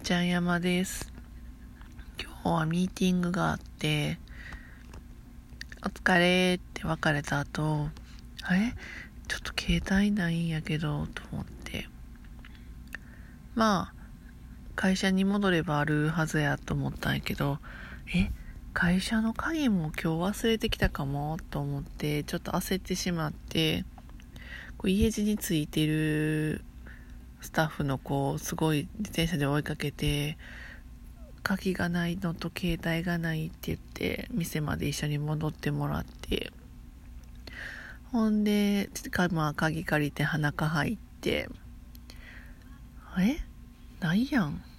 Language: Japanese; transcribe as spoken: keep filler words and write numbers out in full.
ちゃん山です。今日はミーティングがあって、お疲れって別れた後、あれちょっと携帯ないんやけどと思って、まあ会社に戻ればあるはずやと思ったんやけど、え会社の鍵も今日忘れてきたかもと思ってちょっと焦ってしまって、こう家路についてるスタッフの子をすごい自転車で追いかけて、鍵がないのと携帯がないって言って店まで一緒に戻ってもらって、ほんで、まあ、鍵借りて鼻か入って、えないやん